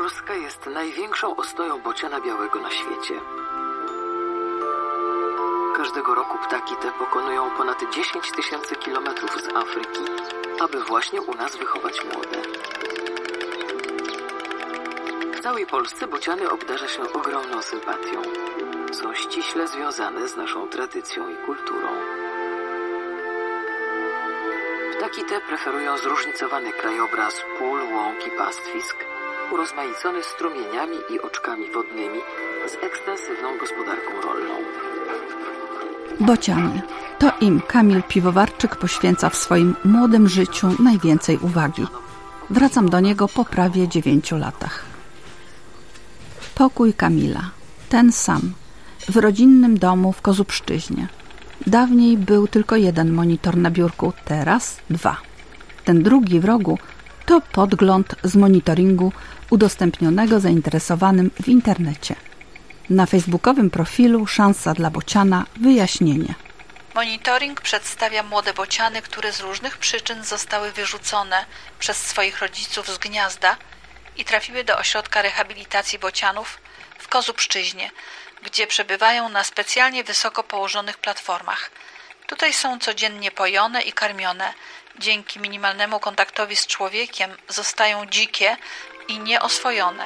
Polska jest największą ostoją bociana białego na świecie. Każdego roku ptaki te pokonują ponad 10 000 kilometrów z Afryki, aby właśnie u nas wychować młode. W całej Polsce bociany obdarza się ogromną sympatią. Są ściśle związane z naszą tradycją i kulturą. Ptaki te preferują zróżnicowany krajobraz pól, łąk i pastwisk, urozmaicony strumieniami i oczkami wodnymi z ekstensywną gospodarką rolną. Bociany. To im Kamil Piwowarczyk poświęca w swoim młodym życiu najwięcej uwagi. Wracam do niego po prawie 9 latach. Pokój Kamila. Ten sam. W rodzinnym domu w Kozubszczyźnie. Dawniej był tylko jeden monitor na biurku, teraz 2. Ten drugi w rogu to podgląd z monitoringu udostępnionego zainteresowanym w internecie. Na facebookowym profilu Szansa dla Bociana wyjaśnienie. Monitoring przedstawia młode bociany, które z różnych przyczyn zostały wyrzucone przez swoich rodziców z gniazda i trafiły do ośrodka rehabilitacji bocianów w Kozubszczyźnie, gdzie przebywają na specjalnie wysoko położonych platformach. Tutaj są codziennie pojone i karmione. Dzięki minimalnemu kontaktowi z człowiekiem zostają dzikie i nieoswojone.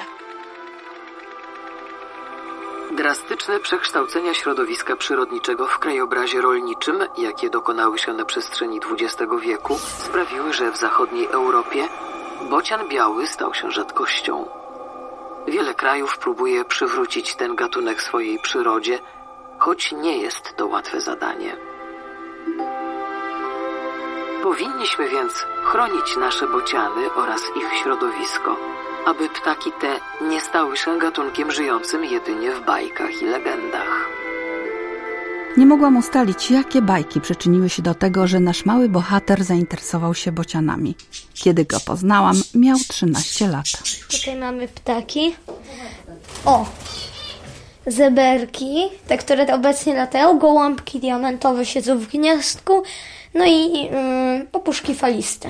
Drastyczne przekształcenia środowiska przyrodniczego w krajobrazie rolniczym, jakie dokonały się na przestrzeni XX wieku, sprawiły, że w zachodniej Europie bocian biały stał się rzadkością. Wiele krajów próbuje przywrócić ten gatunek swojej przyrodzie, choć nie jest to łatwe zadanie. Powinniśmy więc chronić nasze bociany oraz ich środowisko, aby ptaki te nie stały się gatunkiem żyjącym jedynie w bajkach i legendach. Nie mogłam ustalić, jakie bajki przyczyniły się do tego, że nasz mały bohater zainteresował się bocianami. Kiedy go poznałam, miał 13 lat. Tutaj mamy ptaki. O! Zeberki, te, które obecnie latają. Gołąbki diamentowe siedzą w gniazdku. No i papuszki faliste.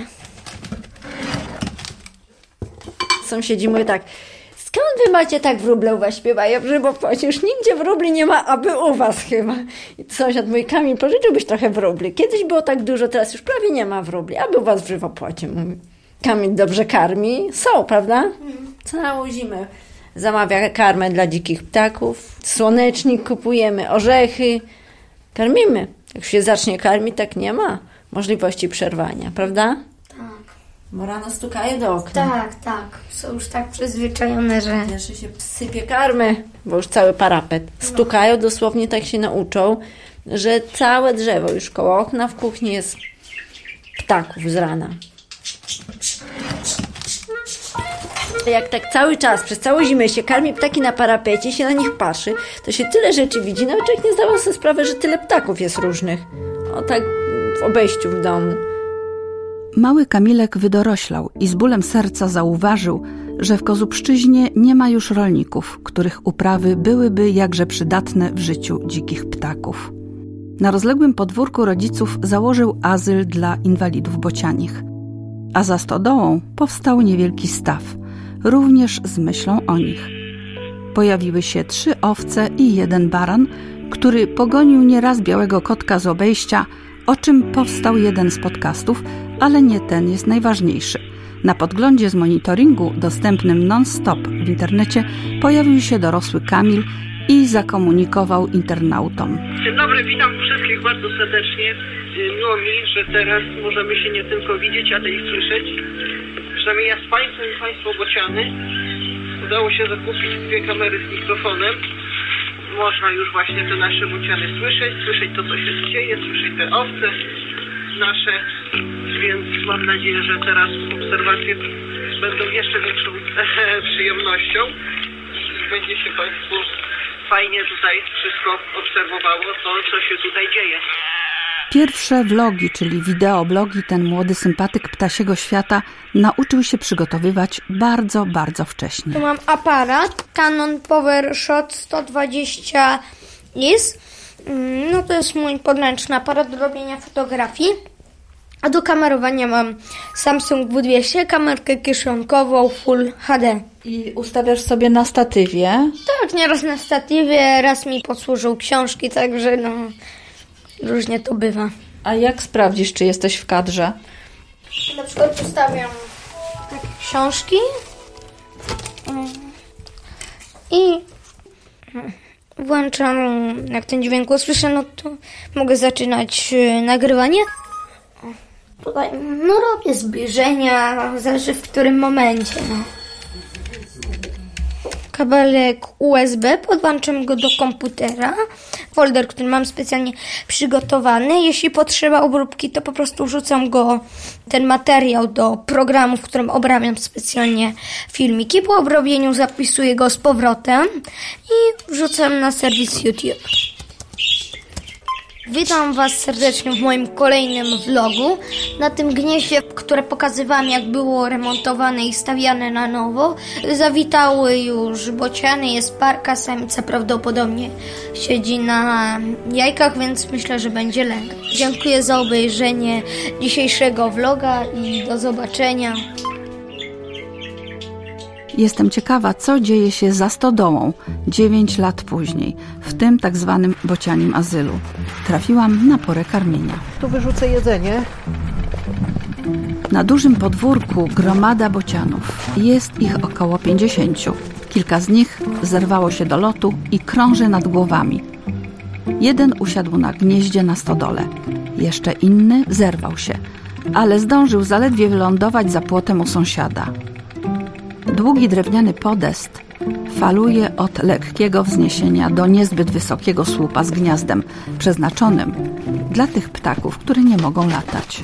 Sąsiedzi mówią tak: skąd wy macie tak wróble u was śpiewają? Bo przecież nigdzie wróbli nie ma, aby u was chyba. I sąsiad mój: Kamil, pożyczyłbyś trochę wróbli. Kiedyś było tak dużo, teraz już prawie nie ma wróbli, aby u was w żywopłocie. Mówi. Kamil dobrze karmi. Są, prawda? Całą zimę zamawia karmę dla dzikich ptaków. Słonecznik kupujemy, orzechy. Karmimy. Jak się zacznie karmić, tak nie ma możliwości przerwania, prawda? Bo rano stukają do okna. Tak. Są już tak przyzwyczajone, że... Jeszcze się sypie karmę, bo już cały parapet. Stukają, dosłownie tak się nauczą, że całe drzewo już koło okna w kuchni jest ptaków z rana. Jak tak cały czas, przez całą zimę się karmi ptaki na parapecie, się na nich patrzy, to się tyle rzeczy widzi. Nawet człowiek nie zdawał sobie sprawy, że tyle ptaków jest różnych. O tak w obejściu w domu. Mały Kamilek wydoroślał i z bólem serca zauważył, że w Kozubszczyźnie nie ma już rolników, których uprawy byłyby jakże przydatne w życiu dzikich ptaków. Na rozległym podwórku rodziców założył azyl dla inwalidów bocianich, a za stodołą powstał niewielki staw, również z myślą o nich. Pojawiły się 3 owce i 1 baran, który pogonił nieraz białego kotka z obejścia, o czym powstał jeden z podcastów, ale nie ten jest najważniejszy. Na podglądzie z monitoringu, dostępnym non-stop w internecie, pojawił się dorosły Kamil i zakomunikował internautom. Dzień dobry, witam wszystkich bardzo serdecznie. Miło mi, że teraz możemy się nie tylko widzieć, ale i słyszeć. Przynajmniej ja z Państwem i Państwo bociany. Udało się zakupić 2 kamery z mikrofonem. Można już właśnie te nasze bociany słyszeć to, co się dzieje, słyszeć te owce nasze, więc mam nadzieję, że teraz obserwacje będą jeszcze większą przyjemnością i będzie się Państwu fajnie tutaj wszystko obserwowało, to, co się tutaj dzieje. Pierwsze vlogi, czyli wideoblogi, ten młody sympatyk ptasiego świata nauczył się przygotowywać bardzo, bardzo wcześnie. Tu mam aparat Canon PowerShot 120 IS. No to jest mój podręczny aparat do robienia fotografii. A do kamerowania mam Samsung W200, kamerkę kieszonkową Full HD. I ustawiasz sobie na statywie? Tak, nieraz na statywie, raz mi posłużą książki, także różnie to bywa. A jak sprawdzisz, czy jesteś w kadrze? Na przykład ustawiam takie książki i włączam, jak ten dźwięk usłyszę, no to mogę zaczynać nagrywanie. Tutaj, robię zbliżenia, zależy w którym momencie, Kabelek USB, podłączam go do komputera, folder, który mam specjalnie przygotowany. Jeśli potrzeba obróbki, to po prostu wrzucam ten materiał do programu, w którym obrabiam specjalnie filmiki. Po obrobieniu zapisuję go z powrotem i wrzucam na serwis YouTube. Witam Was serdecznie w moim kolejnym vlogu. Na tym gnieździe, które pokazywałam, jak było remontowane i stawiane na nowo, zawitały już bociany, jest parka, samica prawdopodobnie siedzi na jajkach, więc myślę, że będzie lęk. Dziękuję za obejrzenie dzisiejszego vloga i do zobaczenia. Jestem ciekawa, co dzieje się za stodołą 9 lat później, w tym tak zwanym bocianim azylu. Trafiłam na porę karmienia. Tu wyrzucę jedzenie. Na dużym podwórku gromada bocianów. Jest ich około 50. Kilka z nich zerwało się do lotu i krąży nad głowami. Jeden usiadł na gnieździe na stodole. Jeszcze inny zerwał się, ale zdążył zaledwie wylądować za płotem u sąsiada. Długi drewniany podest faluje od lekkiego wzniesienia do niezbyt wysokiego słupa z gniazdem, przeznaczonym dla tych ptaków, które nie mogą latać.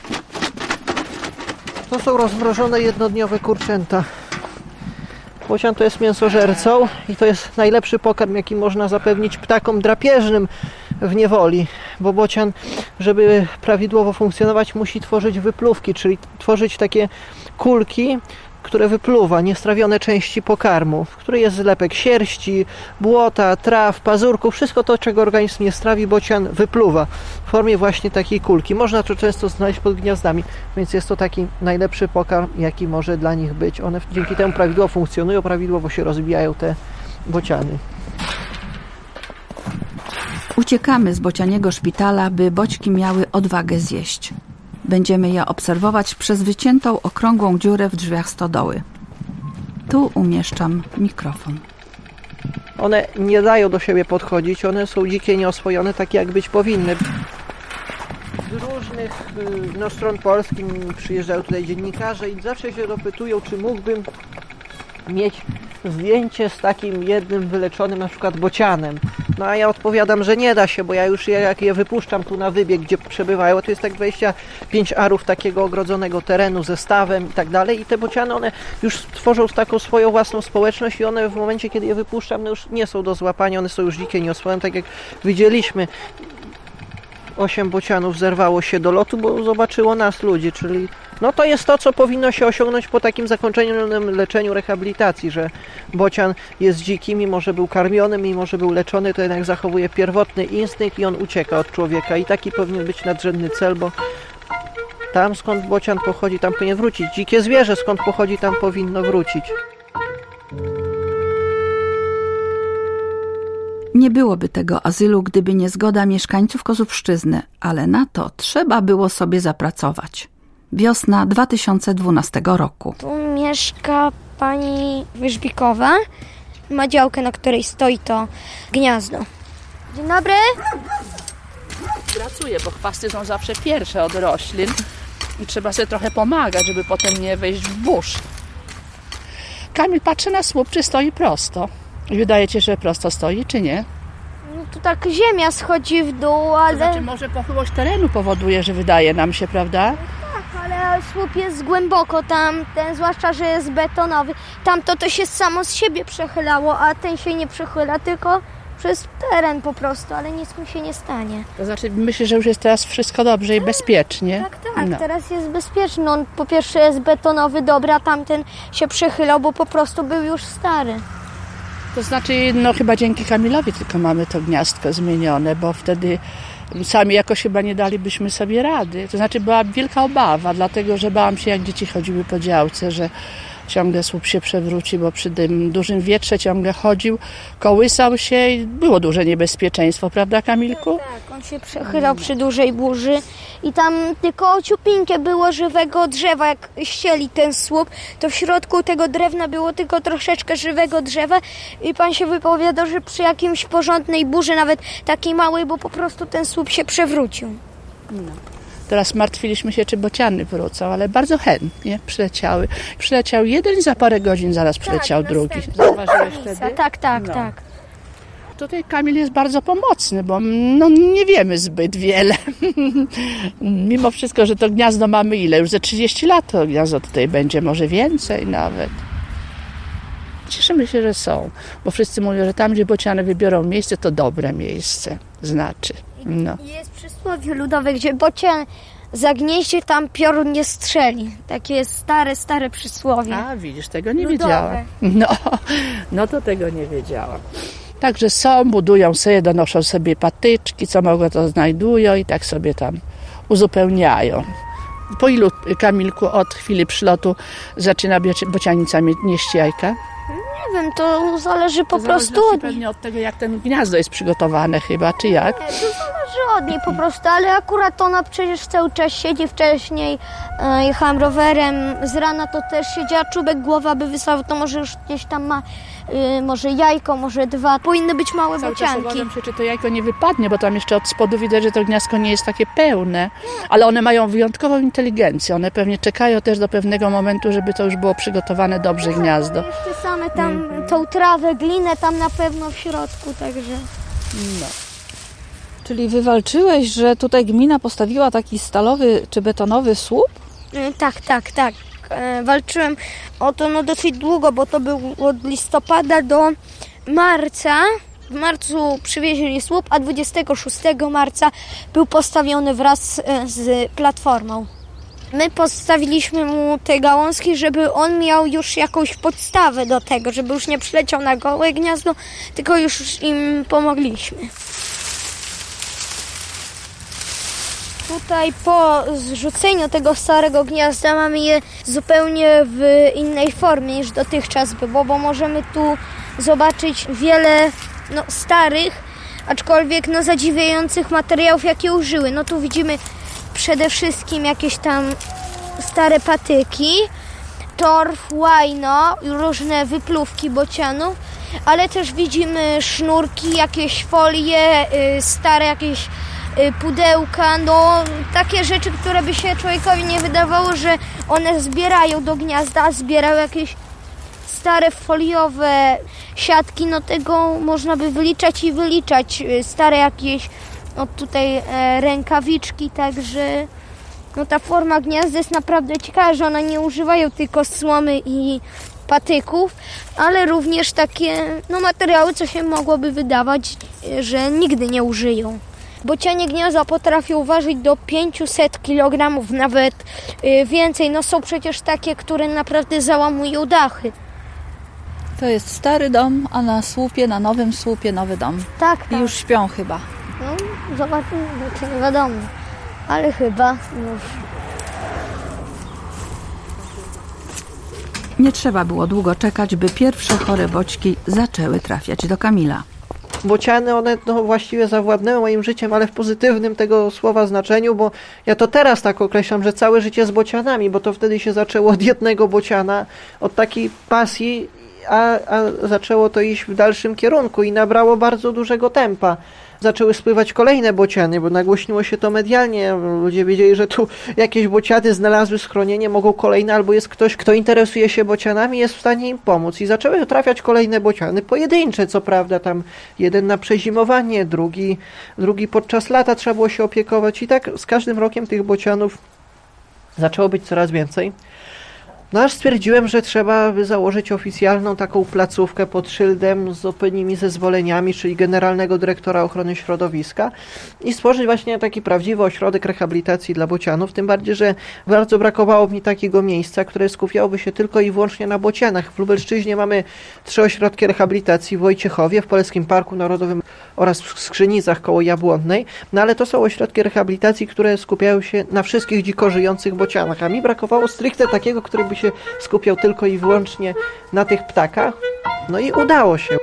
To są rozmrożone jednodniowe kurczęta. Bocian to jest mięsożercą i to jest najlepszy pokarm, jaki można zapewnić ptakom drapieżnym w niewoli, bo bocian, żeby prawidłowo funkcjonować, musi tworzyć wypluwki, czyli tworzyć takie kulki, które wypluwa niestrawione części pokarmu, w której jest zlepek sierści, błota, traw, pazurków, wszystko to, czego organizm nie strawi, bocian wypluwa w formie właśnie takiej kulki. Można to często znaleźć pod gniazdami, więc jest to taki najlepszy pokarm, jaki może dla nich być. One dzięki temu prawidłowo funkcjonują, prawidłowo się rozwijają te bociany. Uciekamy z bocianiego szpitala, by boćki miały odwagę zjeść. Będziemy je obserwować przez wyciętą okrągłą dziurę w drzwiach stodoły. Tu umieszczam mikrofon. One nie dają do siebie podchodzić, one są dzikie, nieoswojone, tak jak być powinny. Z różnych stron Polski przyjeżdżają tutaj dziennikarze i zawsze się dopytują, czy mógłbym mieć zdjęcie z takim jednym wyleczonym na przykład bocianem. No a ja odpowiadam, że nie da się, bo ja już jak je wypuszczam tu na wybieg, gdzie przebywają, to jest tak 25 arów takiego ogrodzonego terenu ze stawem i tak dalej i te bociany, one już tworzą taką swoją własną społeczność i one w momencie, kiedy je wypuszczam, no już nie są do złapania, one są już dzikie, nieoswojone, tak jak widzieliśmy. 8 bocianów zerwało się do lotu, bo zobaczyło nas, ludzi, czyli no to jest to, co powinno się osiągnąć po takim zakończonym leczeniu, rehabilitacji, że bocian jest dziki, mimo że był karmiony, mimo że był leczony, to jednak zachowuje pierwotny instynkt i on ucieka od człowieka i taki powinien być nadrzędny cel, bo tam, skąd bocian pochodzi, tam powinien wrócić. Dzikie zwierzę, skąd pochodzi, tam powinno wrócić. Nie byłoby tego azylu, gdyby nie zgoda mieszkańców Kozubszczyzny, ale na to trzeba było sobie zapracować. Wiosna 2012 roku. Tu mieszka pani Wyżbikowa. Ma działkę, na której stoi to gniazdo. Dzień dobry. Pracuję, bo chwasty są zawsze pierwsze od roślin i trzeba sobie trochę pomagać, żeby potem nie wejść w burz. Kamil patrzy na słup, czy stoi prosto. I wydaje ci się, że prosto stoi, czy nie? No tu tak ziemia schodzi w dół, ale... To znaczy może pochyłość terenu powoduje, że wydaje nam się, prawda? Tak, ale słup jest głęboko tamten, zwłaszcza, że jest betonowy. Tamto to się samo z siebie przechylało, a ten się nie przechyla, tylko przez teren po prostu, ale nic mu się nie stanie. To znaczy myślę, że już jest teraz wszystko dobrze i bezpiecznie. Tak, no. Teraz jest bezpieczny. On po pierwsze jest betonowy, dobra, tamten się przechylał, bo po prostu był już stary. To znaczy, no chyba dzięki Kamilowi tylko mamy to gniazdko zmienione, bo wtedy Sami jakoś chyba nie dalibyśmy sobie rady. To znaczy była wielka obawa, dlatego że bałam się, jak dzieci chodziły po działce, że ciągle słup się przewróci, bo przy tym dużym wietrze ciągle chodził, kołysał się i było duże niebezpieczeństwo, prawda, Kamilku? Tak, on się przechylał przy dużej burzy i tam tylko ciupinkie było żywego drzewa. Jak ścieli ten słup, to w środku tego drewna było tylko troszeczkę żywego drzewa i pan się wypowiadał, że przy jakimś porządnej burzy, nawet takiej małej, bo po prostu ten słup się przewrócił. No. Teraz martwiliśmy się, czy bociany wrócą, ale bardzo chętnie przyleciały. Przyleciał jeden i za parę godzin zaraz przyleciał drugi. Zauważyłeś wtedy? Tak. Tutaj Kamil jest bardzo pomocny, bo nie wiemy zbyt wiele. Mimo wszystko, że to gniazdo mamy ile? Już ze 30 lat to gniazdo tutaj będzie, może więcej nawet. Cieszymy się, że są, bo wszyscy mówią, że tam, gdzie bociany wybiorą miejsce, to dobre miejsce, znaczy. No. Jest przysłowie ludowe, gdzie bocian zagnieździe, tam piorun nie strzeli. Takie stare przysłowie. A, widzisz, tego nie ludowe. wiedziałam. No to tego nie wiedziałam. Także są, budują sobie, donoszą sobie patyczki, co mogą, to znajdują i tak sobie tam uzupełniają. Po ilu, Kamilku, od chwili przylotu zaczyna bocianica nieść jajka? Nie wiem, to zależy po prostu od niej. Pewnie od tego, jak ten gniazdo jest przygotowane chyba, czy jak? Nie, to zależy od niej po prostu, ale akurat ona przecież cały czas siedzi. Wcześniej jechałam rowerem, z rana to też siedziała, czubek głowa by wysłał, to może już gdzieś tam ma może jajko, może dwa. Powinny być małe bocianki. Obawiam się, czy to jajko nie wypadnie, bo tam jeszcze od spodu widać, że to gniazdko nie jest takie pełne. Ale one mają wyjątkową inteligencję. One pewnie czekają też do pewnego momentu, żeby to już było przygotowane dobrze gniazdo. Jeszcze same tam tą trawę, glinę tam na pewno w środku, także... No. Czyli wywalczyłeś, że tutaj gmina postawiła taki stalowy czy betonowy słup? Tak. Walczyłem o to dosyć długo, bo to było od listopada do marca. W marcu przywieźli słup, a 26 marca był postawiony wraz z platformą. My postawiliśmy mu te gałązki, żeby on miał już jakąś podstawę do tego, żeby już nie przyleciał na gołe gniazdo, tylko już im pomogliśmy. Tutaj po zrzuceniu tego starego gniazda mamy je zupełnie w innej formie niż dotychczas było, bo możemy tu zobaczyć wiele starych, aczkolwiek zadziwiających materiałów, jakie użyły. Tu widzimy przede wszystkim jakieś tam stare patyki, torf, łajno, różne wypluwki bocianów, ale też widzimy sznurki, jakieś folie, stare jakieś pudełka, takie rzeczy, które by się człowiekowi nie wydawało, że one zbierają do gniazda, a zbierają jakieś stare foliowe siatki, tego można by wyliczać, stare jakieś tutaj rękawiczki, także ta forma gniazda jest naprawdę ciekawa, że one nie używają tylko słomy i patyków, ale również takie materiały, co się mogłoby wydawać, że nigdy nie użyją. Bocianie gniazda potrafią ważyć do 500 kg, nawet więcej. Są przecież takie, które naprawdę załamują dachy. To jest stary dom, a na słupie, na nowym słupie nowy dom. Tak. I już śpią chyba. Zobaczymy, czy nie wiadomo. Ale chyba już. Nie trzeba było długo czekać, by pierwsze chore boćki zaczęły trafiać do Kamila. Bociany, one właściwie zawładnęły moim życiem, ale w pozytywnym tego słowa znaczeniu, bo ja to teraz tak określam, że całe życie z bocianami, bo to wtedy się zaczęło od jednego bociana, od takiej pasji, a zaczęło to iść w dalszym kierunku i nabrało bardzo dużego tempa. Zaczęły spływać kolejne bociany, bo nagłośniło się to medialnie. Ludzie wiedzieli, że tu jakieś bociany znalazły schronienie, mogą kolejne, albo jest ktoś, kto interesuje się bocianami, jest w stanie im pomóc. I zaczęły trafiać kolejne bociany, pojedyncze, co prawda, tam jeden na przezimowanie, drugi podczas lata trzeba było się opiekować. I tak z każdym rokiem tych bocianów zaczęło być coraz więcej. Aż stwierdziłem, że trzeba by założyć oficjalną taką placówkę pod szyldem z odpowiednimi zezwoleniami, czyli Generalnego Dyrektora Ochrony Środowiska i stworzyć właśnie taki prawdziwy ośrodek rehabilitacji dla bocianów, tym bardziej, że bardzo brakowało mi takiego miejsca, które skupiałoby się tylko i wyłącznie na bocianach. W Lubelszczyźnie mamy 3 ośrodki rehabilitacji w Wojciechowie, w Polskim Parku Narodowym oraz w Skrzynicach koło Jabłonnej, no ale to są ośrodki rehabilitacji, które skupiają się na wszystkich dziko żyjących bocianach, a mi brakowało stricte takiego, który by się skupiał tylko i wyłącznie na tych ptakach, no i udało się.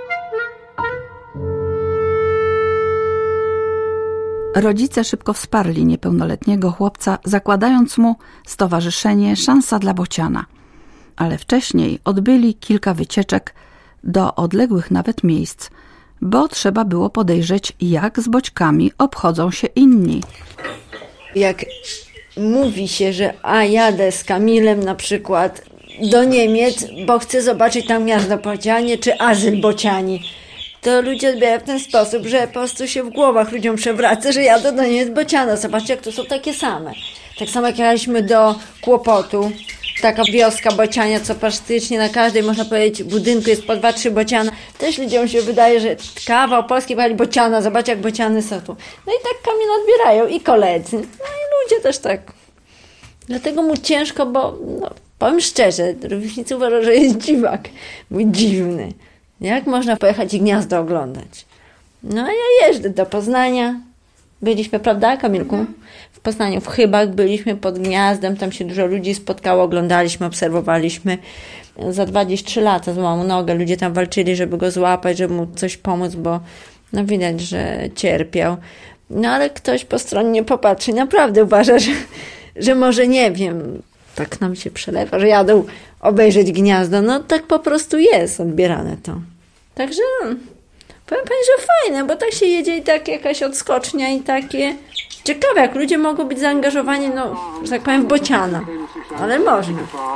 Rodzice szybko wsparli niepełnoletniego chłopca, zakładając mu stowarzyszenie Szansa dla Bociana. Ale wcześniej odbyli kilka wycieczek do odległych nawet miejsc, bo trzeba było podejrzeć, jak z boćkami obchodzą się inni. Jak mówi się, że jadę z Kamilem na przykład do Niemiec, bo chcę zobaczyć tam gniazdo bocianie czy azyl bociani, to ludzie odbierają w ten sposób, że po prostu się w głowach ludziom przewraca, że jadę do Niemiec bociana. Zobaczcie, jak to są takie same. Tak samo jak jechaliśmy do Kłopotu, taka wioska bociania, co praktycznie na każdej, można powiedzieć, budynku jest po 2-3 bociana. Też ludziom się wydaje, że kawał Polski pojechali bociana, zobaczcie, jak bociany są tu. No i tak Kamil odbierają i koledzy. No i ludzie też tak. Dlatego mu ciężko, bo powiem szczerze, rówieśnicy uważają, że jest dziwak. Mój dziwny. Jak można pojechać i gniazdo oglądać? No a ja jeżdżę do Poznania. Byliśmy, prawda, Kamilku? W Poznaniu, w Chybach byliśmy pod gniazdem, tam się dużo ludzi spotkało, oglądaliśmy, obserwowaliśmy. Za 23 lata złamał mu nogę, ludzie tam walczyli, żeby go złapać, żeby mu coś pomóc, bo widać, że cierpiał. No ale ktoś postronnie popatrzy, naprawdę uważa, że może, nie wiem, tak nam się przelewa, że jadą obejrzeć gniazdo. No tak po prostu jest odbierane to. Także powiem pani, że fajne, bo tak się jedzie i tak jakaś odskocznia i takie ciekawe, jak ludzie mogą być zaangażowani, że tak powiem, w bociana. Ale można.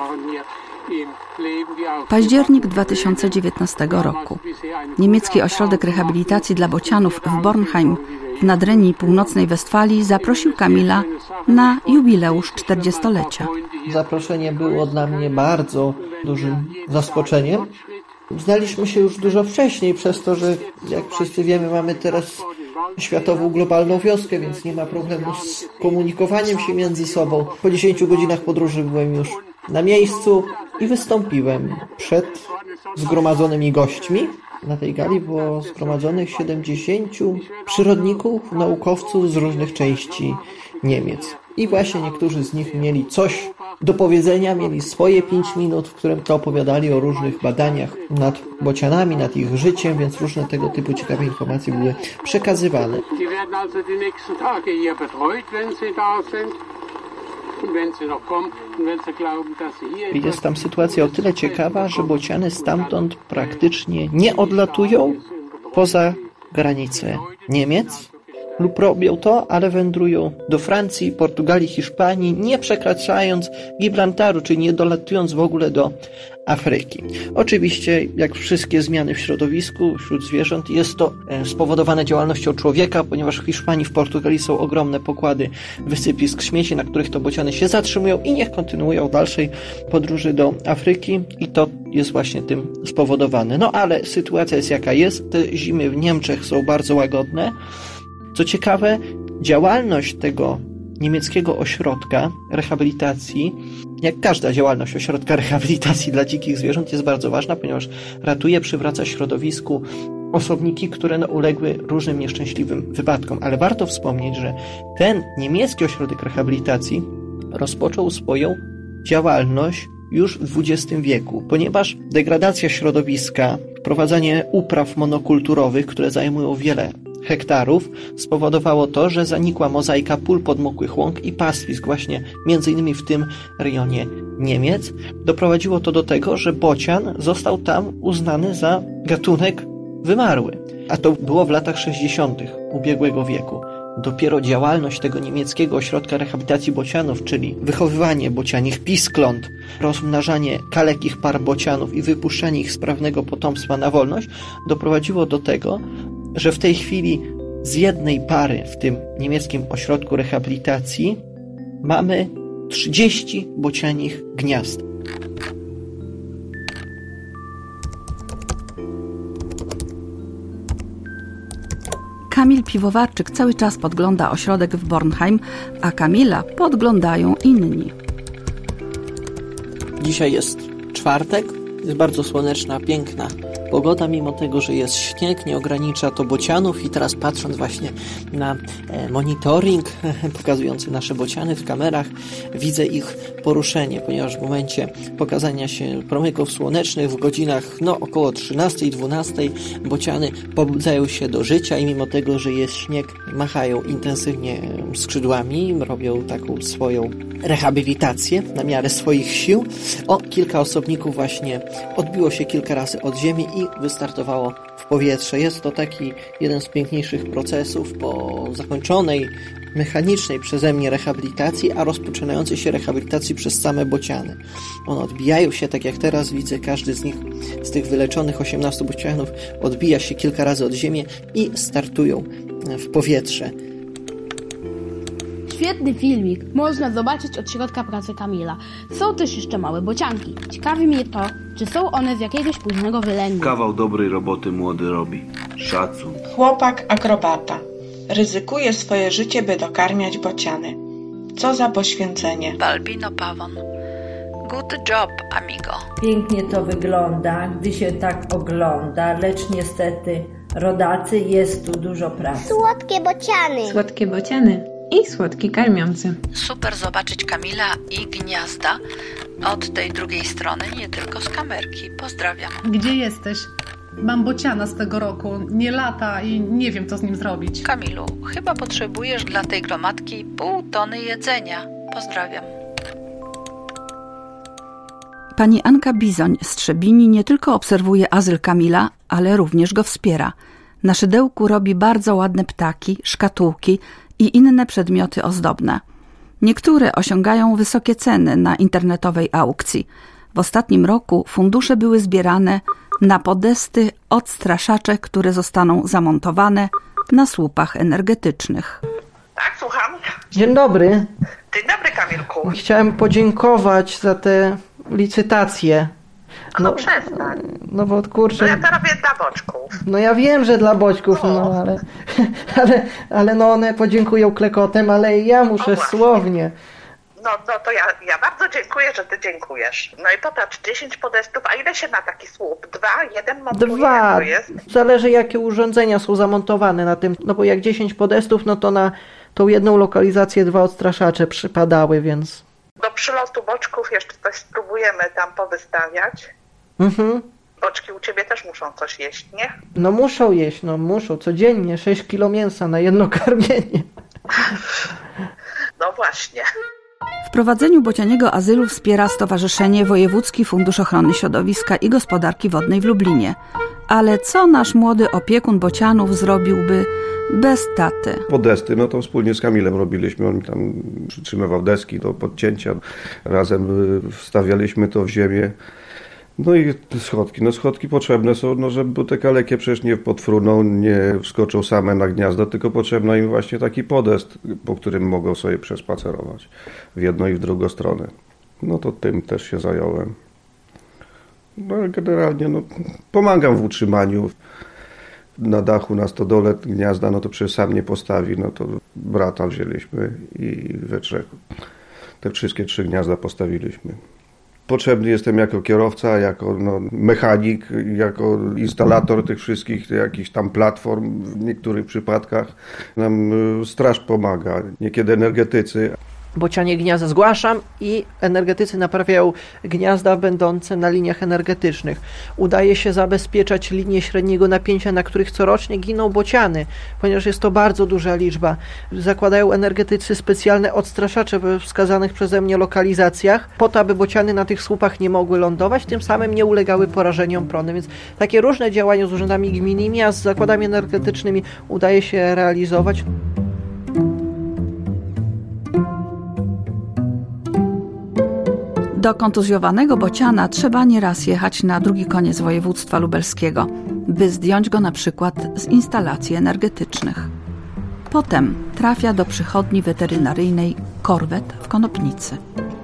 Październik 2019 roku. Niemiecki ośrodek rehabilitacji dla bocianów w Bornheim w Nadrenii Północnej Westfalii zaprosił Kamila na jubileusz 40-lecia. Zaproszenie było dla mnie bardzo dużym zaskoczeniem. Znaliśmy się już dużo wcześniej przez to, że jak wszyscy wiemy, mamy teraz światową, globalną wioskę, więc nie ma problemu z komunikowaniem się między sobą. Po 10 godzinach podróży byłem już na miejscu i wystąpiłem przed zgromadzonymi gośćmi. Na tej gali było zgromadzonych 70 przyrodników, naukowców z różnych części Niemiec. I właśnie niektórzy z nich mieli coś do powiedzenia, mieli swoje 5 minut, w którym to opowiadali o różnych badaniach nad bocianami, nad ich życiem, więc różne tego typu ciekawe informacje były przekazywane. Jest tam sytuacja o tyle ciekawa, że bociany stamtąd praktycznie nie odlatują poza granice Niemiec, lub robią to, ale wędrują do Francji, Portugalii, Hiszpanii, nie przekraczając Gibraltaru, czyli nie dolatując w ogóle do Afryki. Oczywiście, jak wszystkie zmiany w środowisku, wśród zwierząt, jest to spowodowane działalnością człowieka, ponieważ w Hiszpanii, w Portugalii są ogromne pokłady wysypisk śmieci, na których to bociany się zatrzymują i niech kontynuują dalszej podróży do Afryki i to jest właśnie tym spowodowane. No ale sytuacja jest jaka jest. Te zimy w Niemczech są bardzo łagodne. Co ciekawe, działalność tego niemieckiego ośrodka rehabilitacji, jak każda działalność ośrodka rehabilitacji dla dzikich zwierząt, jest bardzo ważna, ponieważ ratuje, przywraca środowisku osobniki, które uległy różnym nieszczęśliwym wypadkom. Ale warto wspomnieć, że ten niemiecki ośrodek rehabilitacji rozpoczął swoją działalność już w XX wieku, ponieważ degradacja środowiska, wprowadzanie upraw monokulturowych, które zajmują wiele hektarów, spowodowało to, że zanikła mozaika pól podmokłych łąk i pastwisk właśnie między innymi w tym rejonie Niemiec. Doprowadziło to do tego, że bocian został tam uznany za gatunek wymarły. A to było w latach 60. ubiegłego wieku. Dopiero działalność tego niemieckiego ośrodka rehabilitacji bocianów, czyli wychowywanie bocianich piskląt, rozmnażanie kalekich par bocianów i wypuszczanie ich sprawnego potomstwa na wolność, doprowadziło do tego, że w tej chwili z jednej pary w tym niemieckim ośrodku rehabilitacji mamy 30 bocianich gniazd. Kamil Piwowarczyk cały czas podgląda ośrodek w Bornheim, a Kamila podglądają inni. Dzisiaj jest czwartek, Jest bardzo słoneczna, piękna pogoda, mimo tego, że jest śnieg, nie ogranicza to bocianów i teraz patrząc właśnie na monitoring pokazujący nasze bociany w kamerach, widzę ich poruszenie, ponieważ w momencie pokazania się promyków słonecznych w godzinach około 13-12 bociany pobudzają się do życia i mimo tego, że jest śnieg, machają intensywnie skrzydłami, robią taką swoją rehabilitację na miarę swoich sił. Kilka osobników właśnie odbiło się kilka razy od ziemi i wystartowało w powietrze. Jest to taki jeden z piękniejszych procesów po zakończonej mechanicznej przeze mnie rehabilitacji, a rozpoczynającej się rehabilitacji przez same bociany. One odbijają się, tak jak teraz widzę, każdy z nich, z tych wyleczonych 18 bocianów odbija się kilka razy od ziemi i startują w powietrze. Świetny filmik, można zobaczyć od środka pracy Kamila. Są też jeszcze małe bocianki. Ciekawi mnie to, czy są one z jakiegoś późnego wylęgu. Kawał dobrej roboty młody robi. Szacun. Chłopak akrobata. Ryzykuje swoje życie, by dokarmiać bociany. Co za poświęcenie. Balbino Pawon. Good job, amigo. Pięknie to wygląda, gdy się tak ogląda, lecz niestety, rodacy, jest tu dużo pracy. Słodkie bociany. Słodkie bociany. I słodki karmiący. Super zobaczyć Kamila i gniazda od tej drugiej strony, nie tylko z kamerki. Pozdrawiam. Gdzie jesteś? Mam bociana z tego roku. Nie lata i nie wiem, co z nim zrobić. Kamilu, chyba potrzebujesz dla tej gromadki 0,5 tony jedzenia. Pozdrawiam. Pani Anka Bizoń z Trzebini nie tylko obserwuje azyl Kamila, ale również go wspiera. Na szydełku robi bardzo ładne ptaki, szkatułki i inne przedmioty ozdobne. Niektóre osiągają wysokie ceny na internetowej aukcji. W ostatnim roku fundusze były zbierane na podesty odstraszacze, które zostaną zamontowane na słupach energetycznych. Tak, słucham. Dzień dobry. Dzień dobry, Kamilku. Chciałem podziękować za te licytacje. No przestań. No bo kurczę... No ja to robię dla boczków. No ja wiem, że dla boczków, ale one podziękują klekotem, ale ja muszę słownie. No to ja bardzo dziękuję, że ty dziękujesz. No i popatrz, 10 podestów, a ile się na taki słup? 2? 1 montuje? 2. Jest? Zależy, jakie urządzenia są zamontowane na tym. No bo jak 10 podestów, no to na tą jedną lokalizację 2 odstraszacze przypadały, więc... Do przylotu boczków jeszcze coś spróbujemy tam powystawiać. Mhm. Boczki u ciebie też muszą coś jeść, nie? No muszą codziennie 6 kilo mięsa na jedno karmienie. No właśnie. W prowadzeniu bocianiego azylu wspiera Stowarzyszenie Wojewódzki Fundusz Ochrony Środowiska i Gospodarki Wodnej w Lublinie. Ale co nasz młody opiekun bocianów zrobiłby bez taty? Podesty, no to wspólnie z Kamilem robiliśmy, on tam przytrzymywał deski do podcięcia, razem wstawialiśmy to w ziemię. No i schodki. No schodki potrzebne są, no żeby te kalekie przecież nie podfruną, nie wskoczą same na gniazdo, tylko potrzebno im właśnie taki podest, po którym mogą sobie przespacerować w jedną i w drugą stronę. No to tym też się zająłem. No ale generalnie pomagam w utrzymaniu. Na dachu, na stodole gniazda, no to przecież sam nie postawi, no to brata wzięliśmy i we trzech te wszystkie 3 gniazda postawiliśmy. Potrzebny jestem jako kierowca, jako mechanik, jako instalator tych wszystkich jakichś tam platform w niektórych przypadkach. Nam straż pomaga, niekiedy energetycy. Bocianie gniazda zgłaszam i energetycy naprawiają gniazda będące na liniach energetycznych. Udaje się zabezpieczać linie średniego napięcia, na których corocznie giną bociany, ponieważ jest to bardzo duża liczba. Zakładają energetycy specjalne odstraszacze we wskazanych przeze mnie lokalizacjach, po to, aby bociany na tych słupach nie mogły lądować, tym samym nie ulegały porażeniom prądem. Więc takie różne działania z urzędami gminnymi, a z zakładami energetycznymi udaje się realizować. Do kontuzjowanego bociana trzeba nieraz jechać na drugi koniec województwa lubelskiego, by zdjąć go na przykład z instalacji energetycznych. Potem trafia do przychodni weterynaryjnej Korwet w Konopnicy.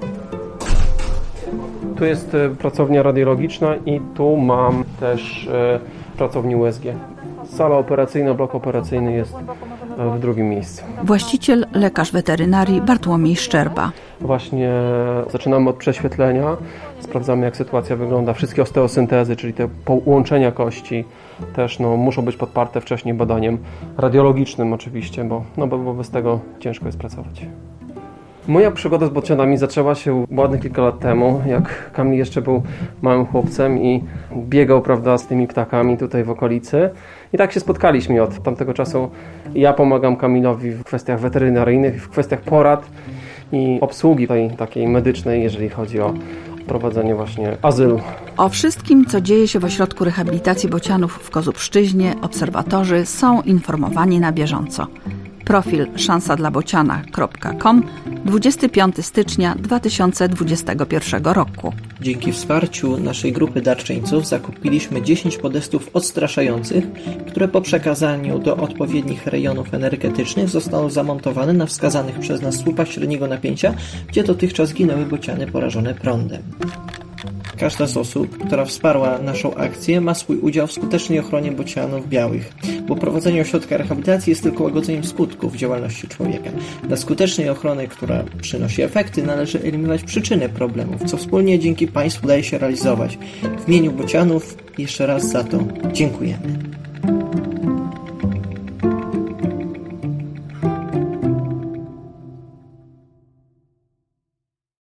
Tu jest pracownia radiologiczna i tu mam też pracownię USG. Sala operacyjna, blok operacyjny jest w drugim miejscu. Właściciel, lekarz weterynarii Bartłomiej Szczerba. Właśnie zaczynamy od prześwietlenia, sprawdzamy jak sytuacja wygląda, wszystkie osteosyntezy, czyli te połączenia kości też muszą być podparte wcześniej badaniem radiologicznym oczywiście, bo bez tego ciężko jest pracować. Moja przygoda z bocianami zaczęła się ładnych kilka lat temu, jak Kamil jeszcze był małym chłopcem i biegał, prawda, z tymi ptakami tutaj w okolicy. I tak się spotkaliśmy od tamtego czasu. Ja pomagam Kamilowi w kwestiach weterynaryjnych, w kwestiach porad i obsługi tej takiej medycznej, jeżeli chodzi o prowadzenie właśnie azylu. O wszystkim, co dzieje się w Ośrodku Rehabilitacji Bocianów w Kozubszczyźnie, obserwatorzy są informowani na bieżąco. Profil szansadlabociana.com 25 stycznia 2021 roku. Dzięki wsparciu naszej grupy darczyńców zakupiliśmy 10 podestów odstraszających, które po przekazaniu do odpowiednich rejonów energetycznych zostaną zamontowane na wskazanych przez nas słupach średniego napięcia, gdzie dotychczas ginęły bociany porażone prądem. Każda z osób, która wsparła naszą akcję, ma swój udział w skutecznej ochronie bocianów białych, bo prowadzenie ośrodka rehabilitacji jest tylko łagodzeniem skutków działalności człowieka. Dla skutecznej ochrony, która przynosi efekty, należy eliminować przyczyny problemów, co wspólnie dzięki Państwu udaje się realizować. W imieniu bocianów jeszcze raz za to dziękujemy.